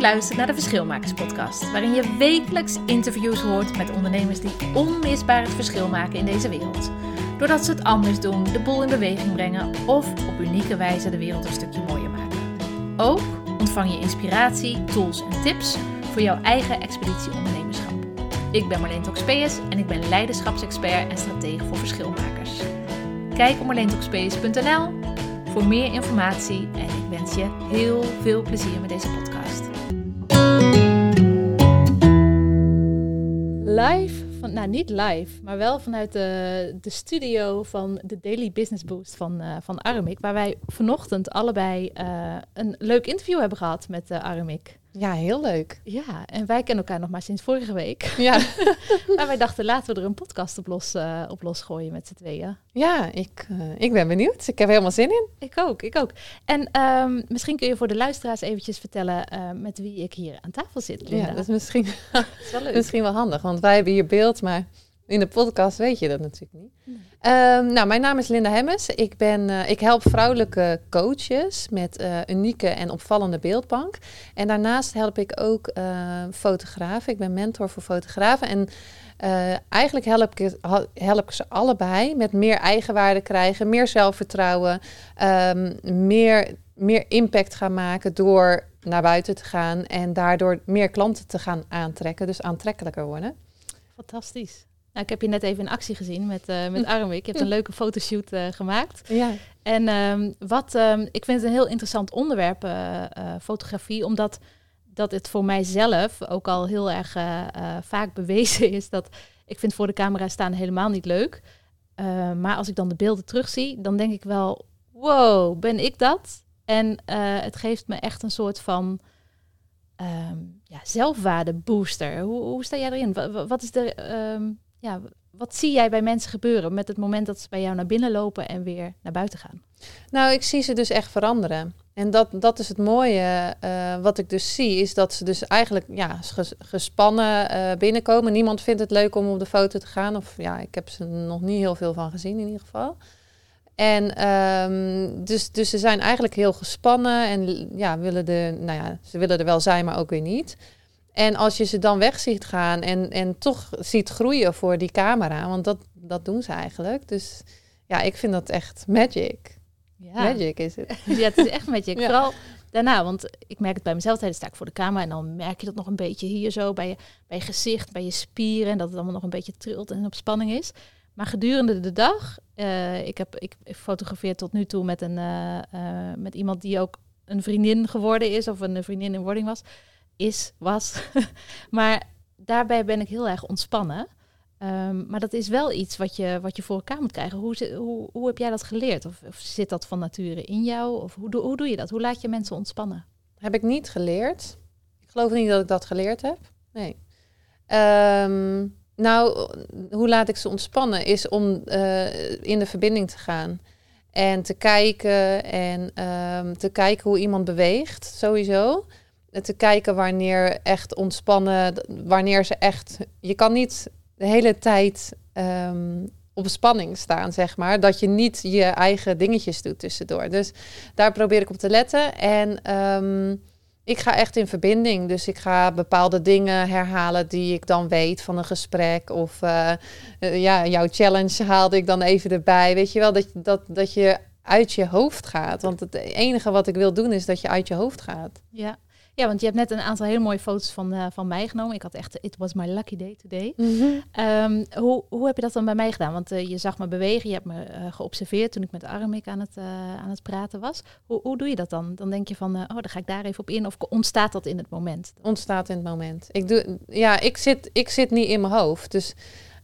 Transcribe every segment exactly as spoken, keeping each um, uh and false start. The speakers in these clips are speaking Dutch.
luistert naar de Verschilmakers podcast, waarin je wekelijks interviews hoort met ondernemers die onmisbaar het verschil maken in deze wereld. Doordat ze het anders doen, de boel in beweging brengen of op unieke wijze de wereld een stukje mooier maken. Ook ontvang je inspiratie, tools en tips voor jouw eigen expeditie ondernemerschap. Ik ben Marleen Toxpeus en ik ben leiderschapsexpert en stratege voor verschilmakers. Kijk op marleen toxpeus punt n l voor meer informatie en ik wens je heel veel plezier met deze podcast. Live, van, nou niet live, maar wel vanuit de, de studio van de Daily Business Boost van, uh, van Aramik, waar wij vanochtend allebei uh, een leuk interview hebben gehad met uh, Aramik. Ja, heel leuk. Ja, en wij kennen elkaar nog maar sinds vorige week. Ja. Maar wij dachten, laten we er een podcast op los, uh, op los gooien met z'n tweeën. Ja, ik, uh, ik ben benieuwd. Ik heb helemaal zin in. Ik ook, ik ook. En um, misschien kun je voor de luisteraars eventjes vertellen uh, met wie ik hier aan tafel zit, Linda. Ja, dat is misschien, dat is wel leuk. misschien wel handig, want wij hebben hier beeld, maar in de podcast weet je dat natuurlijk niet. Nee. Um, nou, mijn naam is Linda Hemmes. Ik, ben, uh, ik help vrouwelijke coaches met uh, unieke en opvallende beeldbank. En daarnaast help ik ook uh, fotografen. Ik ben mentor voor fotografen. En uh, eigenlijk help ik, help ik ze allebei met meer eigenwaarde krijgen, meer zelfvertrouwen, um, meer, meer impact gaan maken door naar buiten te gaan en daardoor meer klanten te gaan aantrekken. Dus aantrekkelijker worden. Fantastisch. Nou, ik heb je net even in actie gezien met, uh, met Aramik. Je hebt een leuke fotoshoot uh, gemaakt. Ja. En um, wat, um, ik vind het een heel interessant onderwerp, uh, uh, fotografie, omdat dat het voor mijzelf ook al heel erg uh, uh, vaak bewezen is dat ik vind voor de camera staan helemaal niet leuk. Uh, maar als ik dan de beelden terugzie, dan denk ik wel, wow, ben ik dat? En uh, het geeft me echt een soort van um, ja, zelfwaarde booster. Hoe, hoe sta jij erin? Wat, wat is de... Um, Ja, wat zie jij bij mensen gebeuren met het moment dat ze bij jou naar binnen lopen en weer naar buiten gaan? Nou, ik zie ze dus echt veranderen. En dat, dat is het mooie uh, wat ik dus zie, is dat ze dus eigenlijk ja, ges, gespannen uh, binnenkomen. Niemand vindt het leuk om op de foto te gaan. Of ja, ik heb ze nog niet heel veel van gezien in ieder geval. En um, dus, dus ze zijn eigenlijk heel gespannen en ja, willen de, nou ja, ze willen er wel zijn, maar ook weer niet. En als je ze dan weg ziet gaan en, en toch ziet groeien voor die camera, want dat, dat doen ze eigenlijk. Dus ja, ik vind dat echt magic. Ja. Magic is het. Ja, het is echt magic. Ja. Vooral daarna, want ik merk het bij mezelf, dan sta ik voor de camera en dan merk je dat nog een beetje hier zo bij je, bij je gezicht, bij je spieren, en dat het allemaal nog een beetje trilt en op spanning is. Maar gedurende de dag, uh, ik heb ik fotografeer tot nu toe met, een, uh, uh, met iemand die ook een vriendin geworden is, of een vriendin in wording was, is, was. Maar daarbij ben ik heel erg ontspannen. Um, maar dat is wel iets wat je, wat je voor elkaar moet krijgen. Hoe, hoe, hoe heb jij dat geleerd? Of, of zit dat van nature in jou? Of hoe, do, hoe doe je dat? Hoe laat je mensen ontspannen? Heb ik niet geleerd. Ik geloof niet dat ik dat geleerd heb. Nee. Um, nou, hoe laat ik ze ontspannen? Is om uh, in de verbinding te gaan. En te kijken en um, te kijken hoe iemand beweegt, sowieso. Te kijken wanneer echt ontspannen, wanneer ze echt... Je kan niet de hele tijd um, op spanning staan, zeg maar. Dat je niet je eigen dingetjes doet tussendoor. Dus daar probeer ik op te letten. En um, ik ga echt in verbinding. Dus ik ga bepaalde dingen herhalen die ik dan weet van een gesprek. Of uh, uh, ja, jouw challenge haalde ik dan even erbij. Weet je wel, dat, dat, dat je uit je hoofd gaat. Want het enige wat ik wil doen is dat je uit je hoofd gaat. Ja. Ja, want je hebt net een aantal hele mooie foto's van, uh, van mij genomen. Ik had echt, it was my lucky day today. Mm-hmm. Um, hoe, hoe heb je dat dan bij mij gedaan? Want uh, je zag me bewegen, je hebt me uh, geobserveerd toen ik met Aramik aan het, uh, aan het praten was. Hoe, hoe doe je dat dan? Dan denk je van, uh, oh, dan ga ik daar even op in. Of ontstaat dat in het moment? Ontstaat in het moment. Ik doe, ja, ik zit, ik zit niet in mijn hoofd. Dus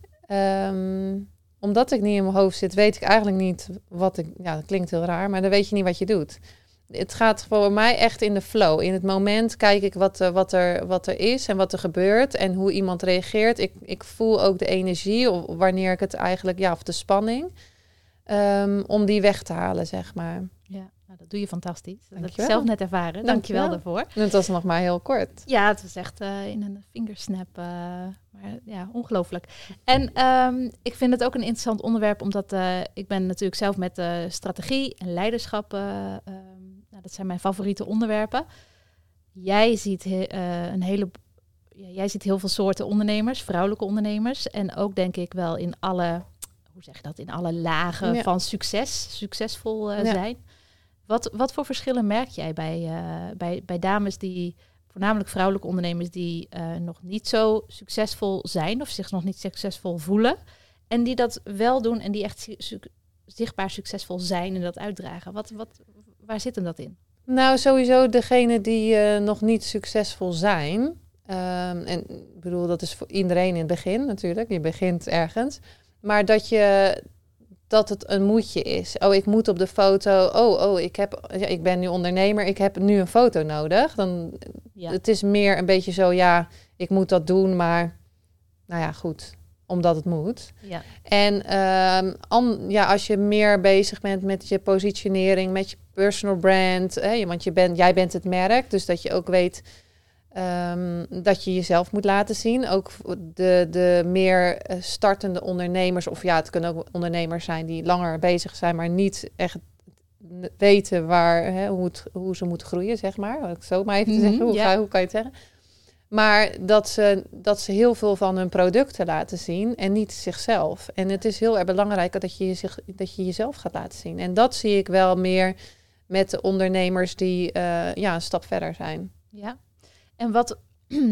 um, omdat ik niet in mijn hoofd zit, weet ik eigenlijk niet wat ik... Ja, dat klinkt heel raar, maar dan weet je niet wat je doet. Het gaat voor mij echt in de flow. In het moment kijk ik wat, uh, wat, er, wat er is en wat er gebeurt en hoe iemand reageert. Ik, ik voel ook de energie, of wanneer ik het eigenlijk, ja, of de spanning, um, om die weg te halen, zeg maar. Ja, nou, dat doe je fantastisch. Dat heb Dankjewel. ik zelf net ervaren. Dankjewel daarvoor. Het was nog maar heel kort. Ja, het was echt uh, in een fingersnap. Uh, maar ja, ongelooflijk. En um, ik vind het ook een interessant onderwerp, omdat uh, ik ben natuurlijk zelf met uh, strategie en leiderschap... Uh, uh, Nou, dat zijn mijn favoriete onderwerpen. jij ziet he, uh, een hele, ja, jij ziet heel veel soorten ondernemers, vrouwelijke ondernemers. En ook denk ik wel in alle, hoe zeg je dat, in alle lagen ja. van succes, succesvol uh, ja. zijn. Wat, wat voor verschillen merk jij bij, uh, bij, bij dames die, voornamelijk vrouwelijke ondernemers, die uh, nog niet zo succesvol zijn of zich nog niet succesvol voelen. En die dat wel doen en die echt su- su- zichtbaar succesvol zijn en dat uitdragen. Wat, wat, waar zit hem dat in? Nou, sowieso degene die uh, nog niet succesvol zijn. Um, en ik bedoel, dat is voor iedereen in het begin natuurlijk. Je begint ergens. Maar dat je dat het een moedje is. Oh, ik moet op de foto. Oh, oh, ik heb, ja, ik ben nu ondernemer. Ik heb nu een foto nodig. Dan, ja. Het is meer een beetje zo, ja, ik moet dat doen, maar nou ja, goed, omdat het moet. Ja. En um, an, ja, als je meer bezig bent met je positionering, met je personal brand, hè, want je bent, jij bent het merk, dus dat je ook weet um, dat je jezelf moet laten zien. Ook de, de meer startende ondernemers, of ja, het kunnen ook ondernemers zijn die langer bezig zijn, maar niet echt weten waar, hè, hoe, het, hoe ze moeten groeien, zeg maar. Ik zo maar even te zeggen, hoe, ja. ga, hoe kan je het zeggen? Maar dat ze, dat ze heel veel van hun producten laten zien en niet zichzelf. En het is heel erg belangrijk dat je, zich, dat je jezelf gaat laten zien. En dat zie ik wel meer met de ondernemers die uh, ja, een stap verder zijn. Ja. En wat, uh,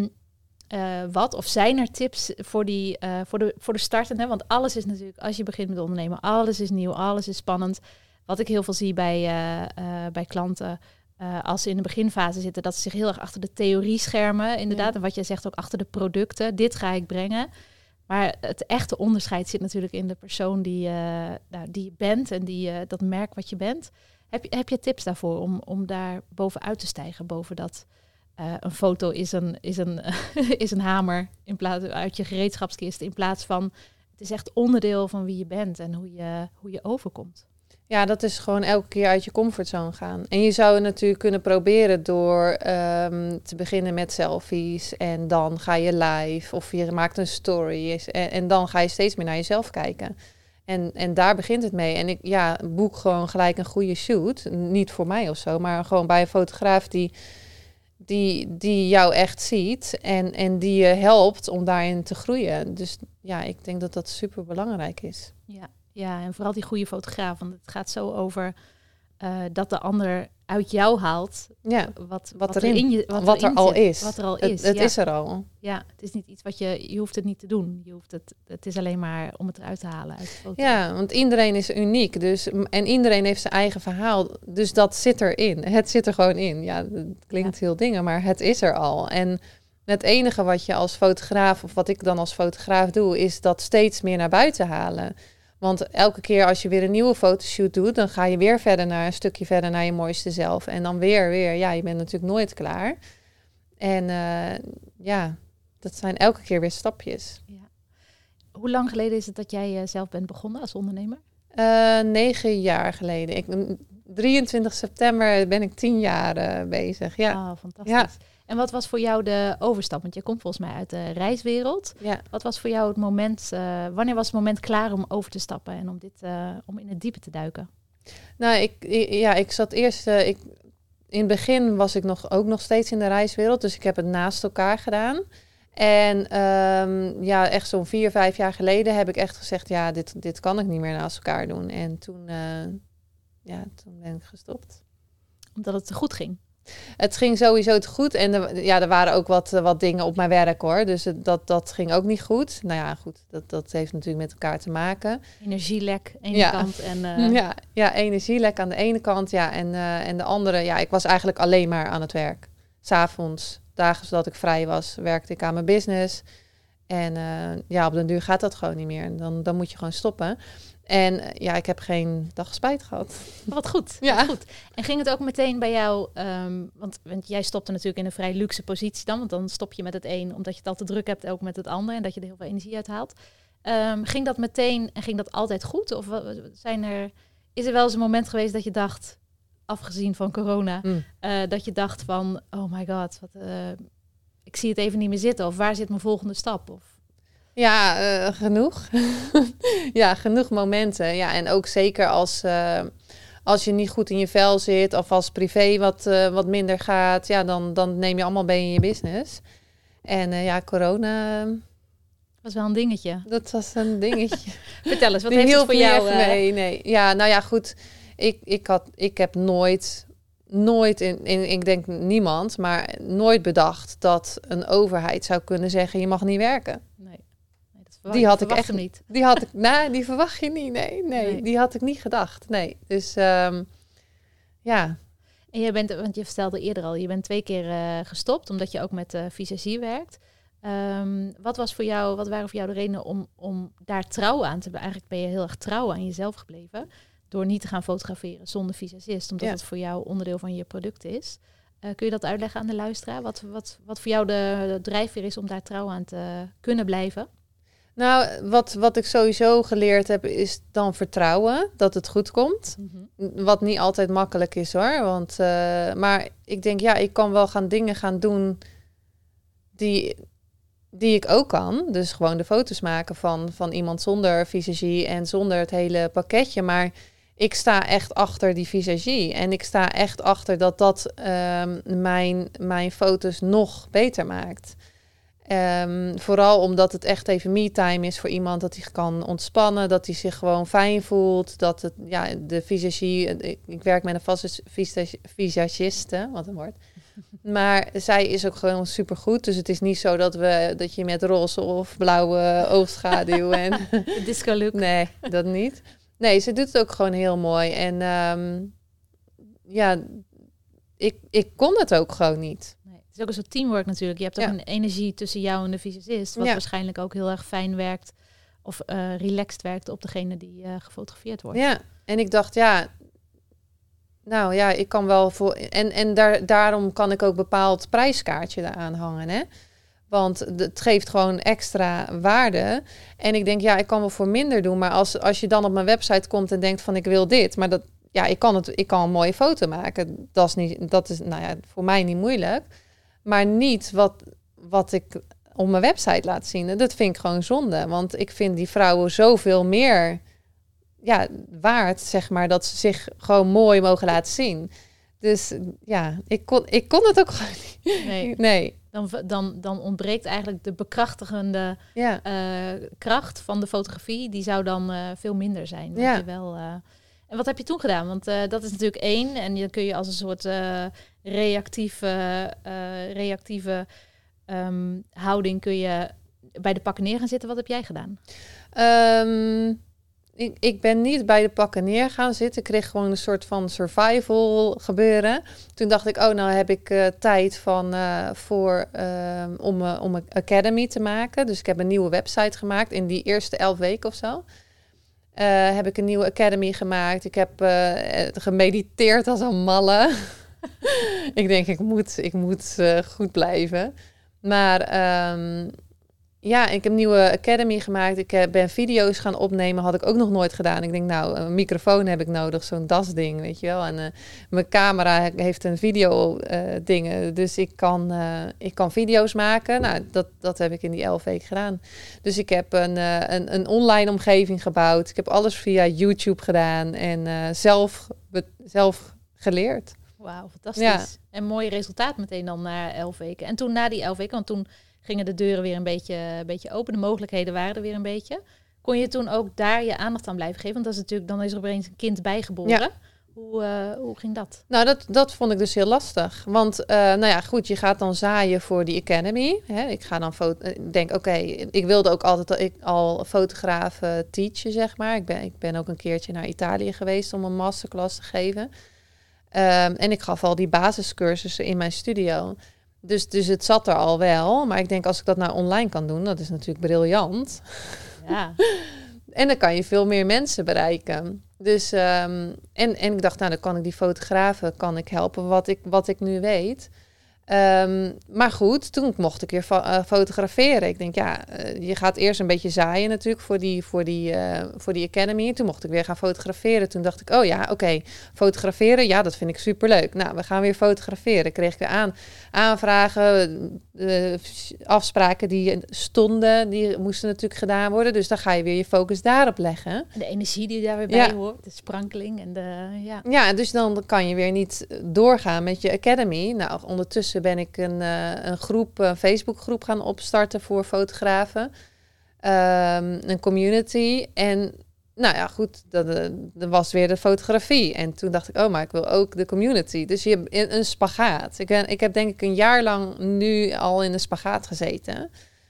wat of zijn er tips voor, die, uh, voor, de, voor de startende? Want alles is natuurlijk, als je begint met ondernemen, alles is nieuw, alles is spannend. Wat ik heel veel zie bij, uh, uh, bij klanten, uh, als ze in de beginfase zitten, dat ze zich heel erg achter de theorie schermen, inderdaad. Ja. En wat jij zegt ook achter de producten, dit ga ik brengen. Maar het echte onderscheid zit natuurlijk in de persoon die, uh, nou, die je bent en die, uh, dat merk wat je bent. Heb je, heb je tips daarvoor om, om daar bovenuit te stijgen, boven dat uh, een foto is een, is een, is een hamer in plaats uit je gereedschapskist, in plaats van het is echt onderdeel van wie je bent en hoe je, hoe je overkomt. Ja, dat is gewoon elke keer uit je comfortzone gaan. En je zou het natuurlijk kunnen proberen door um, te beginnen met selfies. En dan ga je live of je maakt een story. En, en dan ga je steeds meer naar jezelf kijken. En, en daar begint het mee. En ik ja, boek gewoon gelijk een goede shoot. Niet voor mij of zo, maar gewoon bij een fotograaf die, die, die jou echt ziet. En, en die je helpt om daarin te groeien. Dus ja, ik denk dat dat super belangrijk is. Ja. Ja, en vooral die goede fotograaf. Want het gaat zo over uh, dat de ander uit jou haalt. Ja, wat, wat, wat, erin, er, in, je, wat, wat er al zit, is. Wat er al het, is. Het ja. is er al. Ja, het is niet iets wat je... Je hoeft het niet te doen. Je hoeft het, het is alleen maar om het eruit te halen uit de foto. Ja, want iedereen is uniek. Dus, en iedereen heeft zijn eigen verhaal. Dus dat zit erin. Het zit er gewoon in. Ja, dat klinkt ja. heel dingen, maar het is er al. En het enige wat je als fotograaf, of wat ik dan als fotograaf doe, is dat steeds meer naar buiten halen. Want elke keer als je weer een nieuwe fotoshoot doet, dan ga je weer verder naar een stukje verder naar je mooiste zelf. En dan weer, weer. Ja, je bent natuurlijk nooit klaar. En uh, ja, dat zijn elke keer weer stapjes. Ja. Hoe lang geleden is het dat jij uh, zelf bent begonnen als ondernemer? Uh, negen jaar geleden. Ik, drieëntwintig september ben ik tien jaar uh, bezig. Ja. Oh, fantastisch. Ja. En wat was voor jou de overstap? Want je komt volgens mij uit de reiswereld. Ja. Wat was voor jou het moment, uh, wanneer was het moment klaar om over te stappen en om, dit, uh, om in het diepe te duiken? Nou, ik, ik, ja, ik zat eerst... Uh, ik, in het begin was ik nog, ook nog steeds in de reiswereld. Dus ik heb het naast elkaar gedaan. En um, ja, echt zo'n vier, vijf jaar geleden heb ik echt gezegd... ja, dit, dit kan ik niet meer naast elkaar doen. En toen, uh, ja, toen ben ik gestopt. Omdat het te goed ging? Het ging sowieso te goed. En er, ja, er waren ook wat, wat dingen op mijn werk, hoor. Dus het, dat, dat ging ook niet goed. Nou ja, goed. Dat, dat heeft natuurlijk met elkaar te maken. Energielek aan de ene ja. kant. En, uh... ja, ja, energielek aan de ene kant. Ja, en, uh, en de andere... Ja, ik was eigenlijk alleen maar aan het werk. 'S Avonds, dagen zodat ik vrij was, werkte ik aan mijn business. En uh, ja, op den duur gaat dat gewoon niet meer. Dan, dan moet je gewoon stoppen. En uh, ja, ik heb geen dag spijt gehad. Wat goed, ja. wat goed. En ging het ook meteen bij jou... Um, want, want jij stopte natuurlijk in een vrij luxe positie dan. Want dan stop je met het een omdat je het al te druk hebt, ook met het ander. En dat je er heel veel energie uit haalt. Um, ging dat meteen en ging dat altijd goed? Of zijn er, is er wel eens een moment geweest dat je dacht... afgezien van corona... Mm. Uh, dat je dacht van... oh my god, wat, uh, ik zie het even niet meer zitten. Of waar zit mijn volgende stap? Of... Ja, uh, genoeg. ja, genoeg momenten. Ja, en ook zeker als, uh, als je niet goed in je vel zit of als privé wat, uh, wat minder gaat, ja, dan, dan neem je allemaal mee in je business. En uh, ja, corona... Dat was wel een dingetje. Dat was een dingetje. Vertel eens, wat Die heeft het voor jou? Uh... Nee, nee. Ja, nou ja, goed. Ik, ik, had, ik heb nooit, nooit in, in, ik denk niemand, maar nooit bedacht dat een overheid zou kunnen zeggen, je mag niet werken. Nee. nee dat verwacht, die had ik echt niet. Die had ik, nou, die verwacht je niet. Nee, nee, nee. Die had ik niet gedacht. Nee. Dus um, ja. En je bent, want je vertelde eerder al, je bent twee keer uh, gestopt, omdat je ook met uh, visagie werkt. Um, wat was voor jou, wat waren voor jou de redenen om, om daar trouw aan te blijven? Eigenlijk ben je heel erg trouw aan jezelf gebleven. Door niet te gaan fotograferen zonder visagist, omdat ja. het voor jou onderdeel van je product is. Uh, kun je dat uitleggen aan de luisteraar? Wat, wat, wat voor jou de, de drijfveer is om daar trouw aan te kunnen blijven? Nou, wat, wat ik sowieso geleerd heb, is dan vertrouwen dat het goed komt. Mm-hmm. Wat niet altijd makkelijk is hoor. Want, uh, maar ik denk, ja, ik kan wel gaan dingen gaan doen die, die ik ook kan. Dus gewoon de foto's maken van, van iemand zonder visagie en zonder het hele pakketje. Maar ik sta echt achter die visagie. En ik sta echt achter dat dat um, mijn, mijn foto's nog beter maakt. Um, vooral omdat het echt even me-time is voor iemand. Dat hij kan ontspannen. Dat hij zich gewoon fijn voelt. Dat het, ja, de visagie... Ik, ik werk met een vaste visag, visagiste. Wat een woord. Maar zij is ook gewoon supergoed. Dus het is niet zo dat, we, dat je met roze of blauwe oogschaduw... en disco look. Nee, dat niet. Nee, ze doet het ook gewoon heel mooi. En um, ja, ik, ik kon het ook gewoon niet. Nee, het is ook een soort teamwork natuurlijk. Je hebt ook ja. een energie tussen jou en de visagist... wat ja. waarschijnlijk ook heel erg fijn werkt... of uh, relaxed werkt op degene die uh, gefotografeerd wordt. Ja, en ik dacht, ja... Nou ja, ik kan wel voor... En, en daar, daarom kan ik ook bepaald prijskaartje eraan hangen, hè. Want het geeft gewoon extra waarde. En ik denk, ja, ik kan wel voor minder doen. Maar als, als je dan op mijn website komt en denkt van ik wil dit. Maar dat, ja, ik kan, het, ik kan een mooie foto maken. Dat is, niet, dat is nou ja, voor mij niet moeilijk. Maar niet wat, wat ik op mijn website laat zien. Dat vind ik gewoon zonde. Want ik vind die vrouwen zoveel meer ja, waard, zeg maar. Dat ze zich gewoon mooi mogen laten zien. Dus ja, ik kon, ik kon het ook gewoon niet. Nee. nee. Dan, dan, dan ontbreekt eigenlijk de bekrachtigende ja. uh, kracht van de fotografie. Die zou dan uh, veel minder zijn. Ja. Je wel, uh... En wat heb je toen gedaan? Want uh, dat is natuurlijk één. En dan kun je als een soort uh, reactieve, uh, reactieve um, houding... kun je bij de pakken neer gaan zitten. Wat heb jij gedaan? Um, ik, ik ben niet bij de pakken neer gaan zitten. Ik kreeg gewoon een soort van survival gebeuren. Toen dacht ik, oh, nou heb ik uh, tijd van, uh, voor, uh, om, uh, om een academy te maken. Dus ik heb een nieuwe website gemaakt in die eerste elf weken of zo. Uh, heb ik een nieuwe academy gemaakt. Ik heb uh, gemediteerd als een malle. ik denk, ik moet, ik moet uh, goed blijven. Maar um, ja, ik heb een nieuwe academy gemaakt. Ik uh, ben video's gaan opnemen. Had ik ook nog nooit gedaan. Ik denk, nou, een microfoon heb ik nodig. Zo'n dasding, weet je wel. En uh, mijn camera heeft een video uh, dingen. Dus ik kan, uh, ik kan video's maken. Nou, dat, dat heb ik in die elf weken gedaan. Dus ik heb een, uh, een, een online omgeving gebouwd. Ik heb alles via YouTube gedaan. En uh, zelf, be- zelf geleerd. Wauw, fantastisch. Ja. En mooi resultaat meteen dan na elf weken. En toen na die elf weken, want toen gingen de deuren weer een beetje, een beetje open. De mogelijkheden waren er weer een beetje. Kon je toen ook daar je aandacht aan blijven geven? Want dat is natuurlijk, dan is er opeens een kind bijgeboren. Ja. Hoe, uh, hoe ging dat? Nou, dat, dat vond ik dus heel lastig. Want, uh, nou ja, goed, je gaat dan zaaien voor die academy. Hè? Ik ga dan foto. Ik denk, oké, okay, ik wilde ook altijd ik, al fotografen teachen, zeg maar. Ik ben, ik ben ook een keertje naar Italië geweest om een masterclass te geven. Um, en ik gaf al die basiscursussen in mijn studio. Dus, dus het zat er al wel. Maar ik denk, als ik dat nou online kan doen, dat is natuurlijk briljant. Ja. En dan kan je veel meer mensen bereiken. Dus, um, en, en ik dacht, nou, dan kan ik die fotografen kan ik helpen wat ik, wat ik nu weet. Um, maar goed, toen mocht ik weer fo- uh, fotograferen. Ik denk, ja, uh, je gaat eerst een beetje zaaien natuurlijk voor die, voor die, uh, voor die academy. Toen mocht ik weer gaan fotograferen. Toen dacht ik, oh ja, oké, okay, fotograferen, ja, dat vind ik superleuk. Nou, we gaan weer fotograferen. Kreeg ik weer aan, aanvragen, uh, afspraken die stonden, die moesten natuurlijk gedaan worden. Dus dan ga je weer je focus daarop leggen. En de energie die daar weer bij ja. hoort, de sprankeling en de, ja. Ja, dus dan kan je weer niet doorgaan met je academy. Nou, ondertussen ben ik een, uh, een groep, een Facebookgroep gaan opstarten voor fotografen. Um, een community. En nou ja, goed, dat, uh, dat was weer de fotografie. En toen dacht ik, oh, maar ik wil ook de community. Dus je hebt een, een spagaat. Ik, ben, ik heb denk ik een jaar lang nu al in een spagaat gezeten.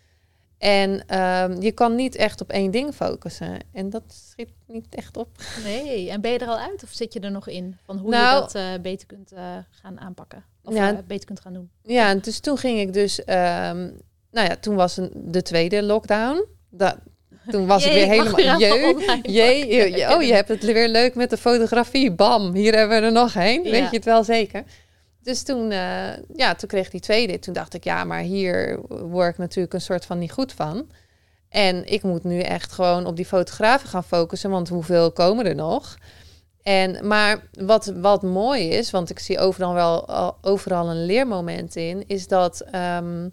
En um, je kan niet echt op één ding focussen. En dat schiet niet echt op. Nee, en ben je er al uit of zit je er nog in? Van hoe nou, je dat uh, beter kunt uh, gaan aanpakken. Of ja, uh, beter kunt gaan doen. Ja, en dus toen ging ik dus... Um, nou ja, toen was een, de tweede lockdown. Da, toen was Jee, ik weer helemaal... Jee, jee, jee, jee, oh, je hebt het weer leuk met de fotografie. Bam, hier hebben we er nog één. Ja. Weet je het wel zeker? Dus toen, uh, ja, toen kreeg ik die tweede. Toen dacht ik, ja, maar hier word ik natuurlijk een soort van niet goed van. En ik moet nu echt gewoon op die fotografen gaan focussen, want hoeveel komen er nog? En, maar wat, wat mooi is, want ik zie overal wel overal een leermoment in, is dat, um,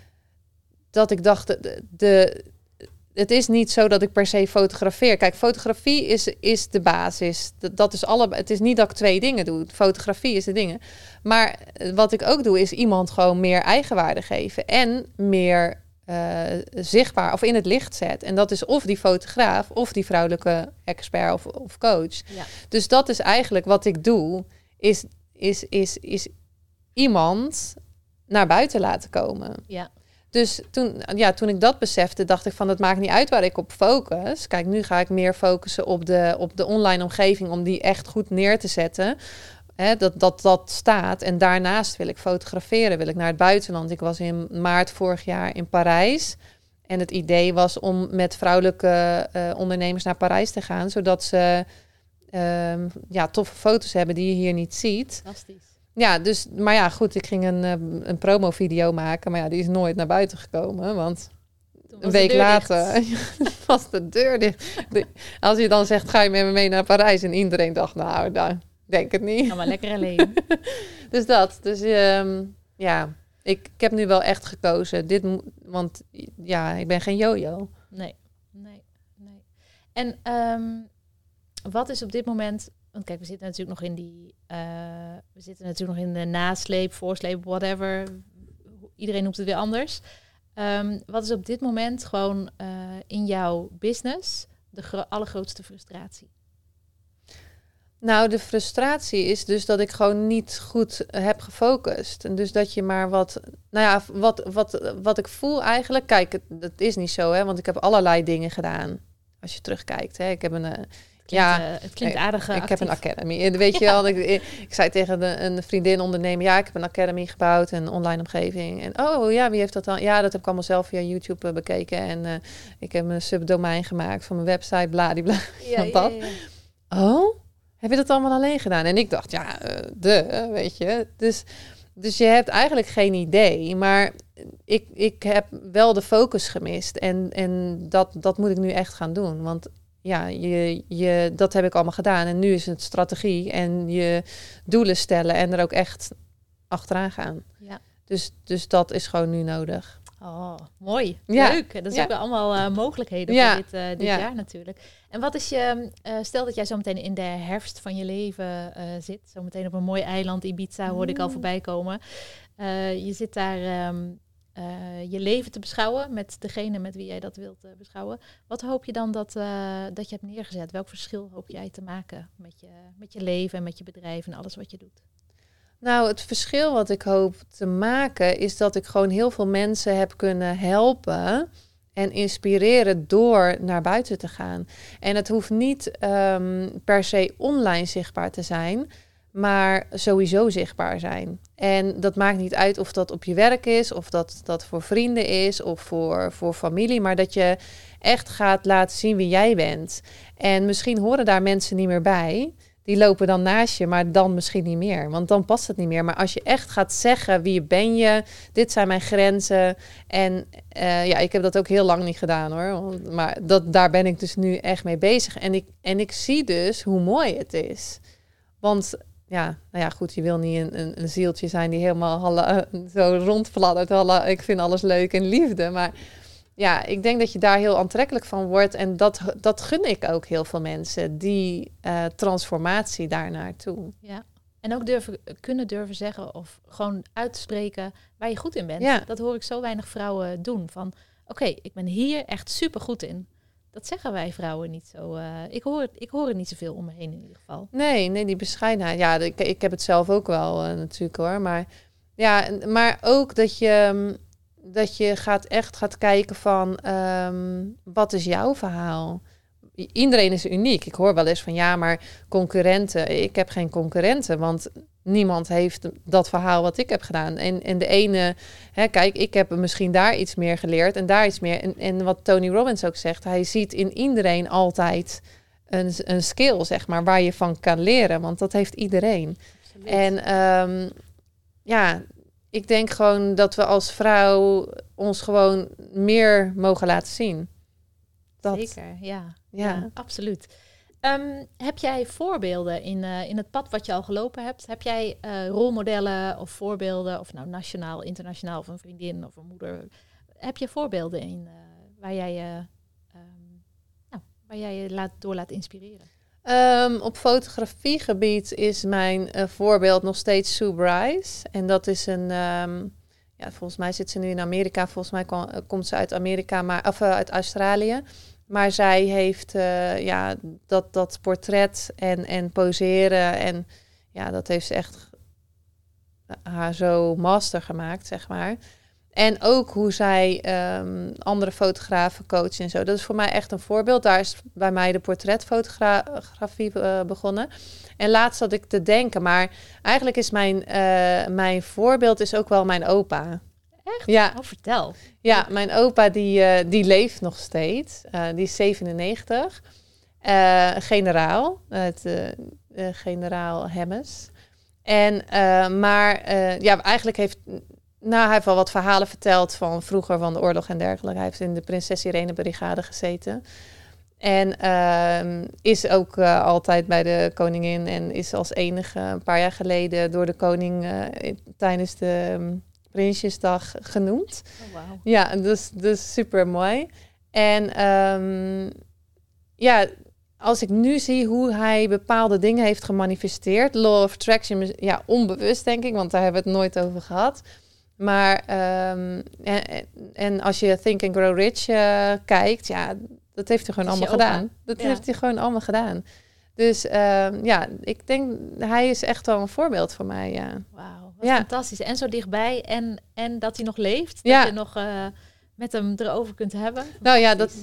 dat ik dacht, de, de, het is niet zo dat ik per se fotografeer. Kijk, fotografie is, is de basis. Dat, dat is alle, het is niet dat ik twee dingen doe. Fotografie is de dingen. Maar wat ik ook doe, is iemand gewoon meer eigenwaarde geven. En meer uh, zichtbaar of in het licht zet. En dat is of die fotograaf of die vrouwelijke expert of, of coach. Ja. Dus dat is eigenlijk wat ik doe. Is, is, is, is iemand naar buiten laten komen. Ja. Dus toen, ja, toen ik dat besefte, dacht ik van, het maakt niet uit waar ik op focus. Kijk, nu ga ik meer focussen op de, op de online omgeving om die echt goed neer te zetten. Hè, dat, dat dat staat. En daarnaast wil ik fotograferen, wil ik naar het buitenland. Ik was in maart vorig jaar in Parijs. En het idee was om met vrouwelijke uh, ondernemers naar Parijs te gaan, zodat ze uh, ja, toffe foto's hebben die je hier niet ziet. Fantastisch. Ja, dus, maar ja, goed, ik ging een, een promo-video maken, maar ja, die is nooit naar buiten gekomen, want een week later was de deur dicht. Als je dan zegt, ga je met me mee naar Parijs? En iedereen dacht, nou, nou denk het niet. Ga maar lekker alleen. Dus dat, dus um, ja, ik, ik heb nu wel echt gekozen, dit, want ja, ik ben geen yo-yo. Nee, nee, nee. En um, wat is op dit moment... Want kijk, we zitten natuurlijk nog in die... Uh, we zitten natuurlijk nog in de nasleep, voorsleep, whatever. Iedereen noemt het weer anders. Um, wat is op dit moment gewoon uh, in jouw business de gro- allergrootste frustratie? Nou, de frustratie is dus dat ik gewoon niet goed heb gefocust. En dus dat je maar wat... Nou ja, wat, wat, wat ik voel eigenlijk... Kijk, het, het is niet zo, hè. Want ik heb allerlei dingen gedaan. Als je terugkijkt, hè. Ik heb een... Klinkt, ja, uh, het klinkt aardig. Ik actief. heb een academy. Weet je ja. wel, ik, ik zei tegen de, een vriendin ondernemer, ja, ik heb een academy gebouwd, een online omgeving. En oh ja, wie heeft dat dan? Ja, dat heb ik allemaal zelf via YouTube uh, bekeken. En uh, ik heb een subdomein gemaakt van mijn website, bladibla. Ja, ja, ja, ja. Oh, heb je dat allemaal alleen gedaan? En ik dacht, ja, uh, de, weet je. Dus, dus je hebt eigenlijk geen idee, maar ik, ik heb wel de focus gemist. En, en dat, dat moet ik nu echt gaan doen, want ja, je, je, dat heb ik allemaal gedaan. En nu is het strategie en je doelen stellen en er ook echt achteraan gaan. Ja. Dus, dus dat is gewoon nu nodig. Oh, mooi. Ja. Leuk. Dat is ja. ook wel allemaal uh, mogelijkheden ja. voor dit, uh, dit ja. jaar natuurlijk. En wat is je... Uh, stel dat jij zo meteen in de herfst van je leven uh, zit. Zo meteen op een mooi eiland, Ibiza, hoorde ik al voorbij komen. Uh, je zit daar... Um, Uh, je leven te beschouwen met degene met wie jij dat wilt uh, beschouwen. Wat hoop je dan dat, uh, dat je hebt neergezet? Welk verschil hoop jij te maken met je, met je leven en met je bedrijf en alles wat je doet? Nou, het verschil wat ik hoop te maken is dat ik gewoon heel veel mensen heb kunnen helpen en inspireren door naar buiten te gaan. En het hoeft niet um, per se online zichtbaar te zijn, maar sowieso zichtbaar zijn. En dat maakt niet uit of dat op je werk is, of dat dat voor vrienden is, of voor, voor familie, maar dat je echt gaat laten zien wie jij bent. En misschien horen daar mensen niet meer bij, die lopen dan naast je, maar dan misschien niet meer. Want dan past het niet meer. Maar als je echt gaat zeggen, wie ben je? Dit zijn mijn grenzen. En uh, ja, ik heb dat ook heel lang niet gedaan hoor. Want, maar dat, daar ben ik dus nu echt mee bezig. En ik, en ik zie dus hoe mooi het is. Want ja, nou ja, goed, je wil niet een, een, een zieltje zijn die helemaal halle, uh, zo rondfladdert. Halle, ik vind alles leuk en liefde, maar ja, ik denk dat je daar heel aantrekkelijk van wordt. En dat, dat gun ik ook heel veel mensen, die uh, transformatie daar naartoe. Ja, en ook durven, kunnen durven zeggen of gewoon uitspreken waar je goed in bent. Ja. Dat hoor ik zo weinig vrouwen doen. Van, oké, okay, ik ben hier echt super goed in. Dat zeggen wij vrouwen niet zo. Uh, ik, hoor het, ik hoor het niet zoveel om me heen in ieder geval. Nee, nee, die bescheidenheid. Ja, ik, ik heb het zelf ook wel uh, natuurlijk hoor. Maar, ja, maar ook dat je... dat je gaat echt gaat kijken van, um, wat is jouw verhaal? Iedereen is uniek. Ik hoor wel eens van, ja, maar concurrenten. Ik heb geen concurrenten, want niemand heeft dat verhaal wat ik heb gedaan. En, en de ene, hè, kijk, ik heb misschien daar iets meer geleerd en daar iets meer. En, en wat Tony Robbins ook zegt, hij ziet in iedereen altijd een, een skill, zeg maar, waar je van kan leren. Want dat heeft iedereen. Absoluut. En um, ja... Ik denk gewoon dat we als vrouw ons gewoon meer mogen laten zien. Dat... Zeker, ja. Ja. ja absoluut. Um, heb jij voorbeelden in, uh, in het pad wat je al gelopen hebt? Heb jij uh, rolmodellen of voorbeelden, of nou nationaal, internationaal, of een vriendin of een moeder? Heb je voorbeelden in uh, waar jij je uh, um, nou, waar jij je laat, door laat inspireren? Um, op fotografiegebied is mijn uh, voorbeeld nog steeds Sue Bryce. En dat is een... Um, ja, volgens mij zit ze nu in Amerika. Volgens mij kom, komt ze uit Amerika, maar, of uh, uit Australië. Maar zij heeft uh, ja, dat, dat portret en, en poseren. En ja, dat heeft ze echt haar zo master gemaakt, zeg maar. En ook hoe zij um, andere fotografen coachen en zo. Dat is voor mij echt een voorbeeld. Daar is bij mij de portretfotografie uh, begonnen. En laatst zat ik te denken, maar eigenlijk is mijn, uh, mijn voorbeeld is ook wel mijn opa. Echt? Ja. Oh, vertel. Ja, mijn opa die, uh, die leeft nog steeds. Uh, die is zevenennegentig. Uh, generaal. Het uh, uh, generaal Hemmes. En, uh, maar uh, ja, eigenlijk heeft... Nou, hij heeft wel wat verhalen verteld van vroeger van de oorlog en dergelijke. Hij heeft in de Prinses Irene Brigade gezeten. En uh, is ook uh, altijd bij de koningin en is als enige een paar jaar geleden door de koning uh, tijdens de um, Prinsjesdag genoemd. Oh, wow. Ja, dus, dus super mooi. En um, ja, als ik nu zie hoe hij bepaalde dingen heeft gemanifesteerd, Law of Attraction, ja, onbewust denk ik, want daar hebben we het nooit over gehad. Maar um, en, en als je Think and Grow Rich uh, kijkt, ja, dat heeft hij gewoon allemaal gedaan. Dat ja. heeft hij gewoon allemaal gedaan. Dus uh, ja, ik denk, hij is echt wel een voorbeeld voor mij, ja. Wauw, wat ja. fantastisch. En zo dichtbij en, en dat hij nog leeft. Ja. Dat je nog uh, met hem erover kunt hebben. Nou ja, dat,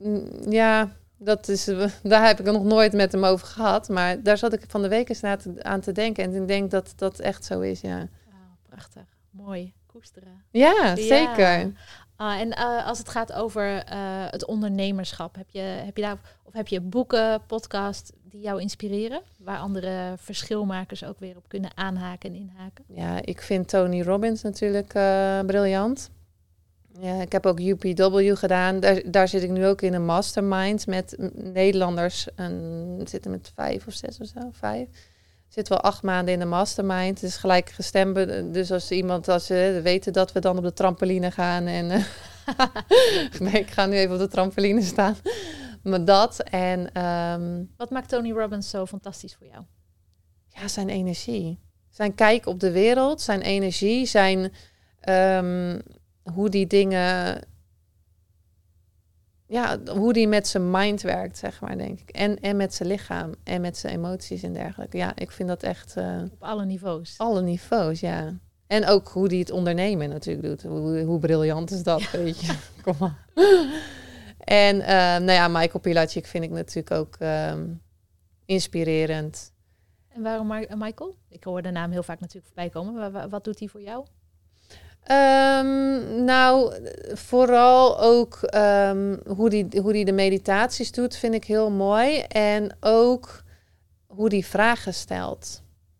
ja, dat is, daar heb ik er nog nooit met hem over gehad. Maar daar zat ik van de week eens aan te, aan te denken. En ik denk dat dat echt zo is, ja. Wauw, prachtig. Mooi. Koesteren. Ja, zeker. Ja. Uh, en uh, als het gaat over uh, het ondernemerschap, heb je, heb je daar of heb je boeken, podcasts die jou inspireren, waar andere verschilmakers ook weer op kunnen aanhaken en inhaken? Ja, ik vind Tony Robbins natuurlijk uh, briljant. Ja, ik heb ook U P W gedaan. Daar, daar zit ik nu ook in een mastermind met Nederlanders. En zitten met vijf of zes of zo, vijf. Zit wel acht maanden in de mastermind. Het is gelijk gestemd. Dus als iemand, als ze weten dat we dan op de trampoline gaan. En uh, nee, ik ga nu even op de trampoline staan. Maar dat en... Um, Wat maakt Tony Robbins zo fantastisch voor jou? Ja, zijn energie. Zijn kijk op de wereld, zijn energie, zijn... Um, hoe die dingen... Ja, hoe die met zijn mind werkt, zeg maar, denk ik. En, en met zijn lichaam en met zijn emoties en dergelijke. Ja, ik vind dat echt... Uh, op alle niveaus. Alle niveaus, ja. En ook hoe die het ondernemen natuurlijk doet. Hoe, hoe briljant is dat, ja. Weet je. Kom maar. En uh, nou ja, Michael Pilacic vind ik natuurlijk ook uh, inspirerend. En waarom Michael? Ik hoor de naam heel vaak natuurlijk voorbij komen. Wat, wat doet hij voor jou? Um, nou, vooral ook um, hoe die, hoe die de meditaties doet, vind ik heel mooi. En ook hoe die vragen stelt.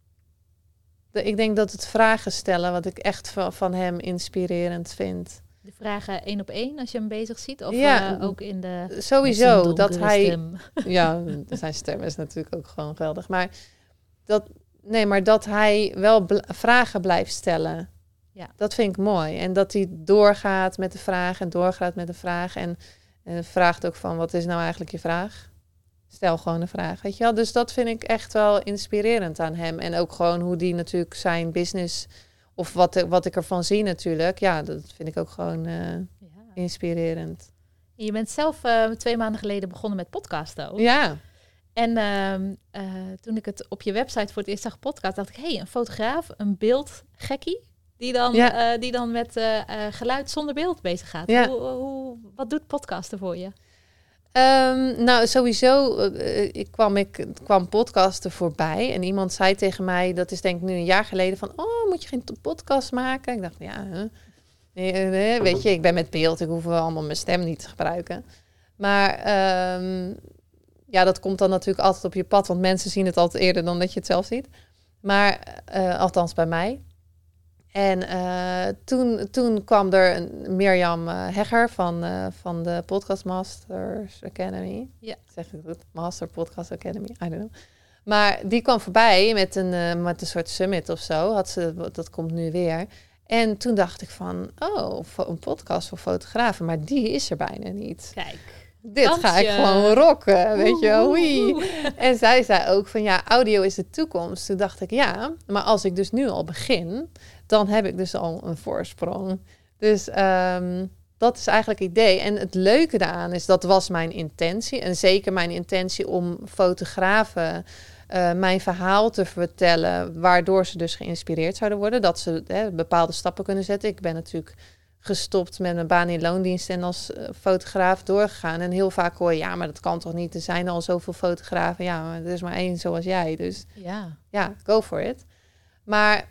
De, ik denk dat het vragen stellen, wat ik echt van, van hem inspirerend vind. De vragen één op één als je hem bezig ziet? Of ja, uh, ook in de... Sowieso, dat hij... Stem. Ja, zijn stem is natuurlijk ook gewoon geweldig. Maar dat, nee, maar dat hij wel bl- vragen blijft stellen. Ja. Dat vind ik mooi. En dat hij doorgaat met de vraag en doorgaat met de vraag. En, en vraagt ook van, wat is nou eigenlijk je vraag? Stel gewoon een vraag, weet je wel. Dus dat vind ik echt wel inspirerend aan hem. En ook gewoon hoe die natuurlijk zijn business... Of wat, wat ik ervan zie natuurlijk. Ja, dat vind ik ook gewoon uh, ja. inspirerend. Je bent zelf uh, twee maanden geleden begonnen met podcasten ook. Ja. En uh, uh, toen ik het op je website voor het eerst zag podcast, dacht ik, hé, hey, een fotograaf, een beeldgekkie, die dan, ja. uh, die dan met uh, uh, geluid zonder beeld bezig gaat. Ja. Hoe, hoe, wat doet podcasten voor je? Um, nou, sowieso uh, ik kwam ik kwam podcasten voorbij en iemand zei tegen mij, dat is denk ik nu een jaar geleden, van, oh, moet je geen podcast maken? Ik dacht, ja, huh? nee, nee, weet je, ik ben met beeld, ik hoef allemaal mijn stem niet te gebruiken. Maar um, ja, dat komt dan natuurlijk altijd op je pad, want mensen zien het altijd eerder dan dat je het zelf ziet. Maar uh, althans bij mij. En uh, toen, toen kwam er een Mirjam uh, Hegger van, uh, van de Podcast Masters Academy. Ja. Zeg ik het goed? Master Podcast Academy, I don't know. Maar die kwam voorbij met een, uh, met een soort summit of zo. Had ze, dat komt nu weer. En toen dacht ik van, oh, een podcast voor fotografen. Maar die is er bijna niet. Kijk. Dit Dansje. Ga ik gewoon rocken, weet je wel. Oei. En zij zei ook van, ja, audio is de toekomst. Toen dacht ik, ja, maar als ik dus nu al begin, dan heb ik dus al een voorsprong. Dus um, dat is eigenlijk het idee. En het leuke daaraan is, dat was mijn intentie. En zeker mijn intentie om fotografen uh, mijn verhaal te vertellen, waardoor ze dus geïnspireerd zouden worden. Dat ze hè, bepaalde stappen kunnen zetten. Ik ben natuurlijk gestopt met mijn baan in loondienst en als uh, fotograaf doorgegaan. En heel vaak hoor je, ja, maar dat kan toch niet? Er zijn al zoveel fotografen. Ja, maar er is maar één zoals jij. Dus ja, ja go for it. Maar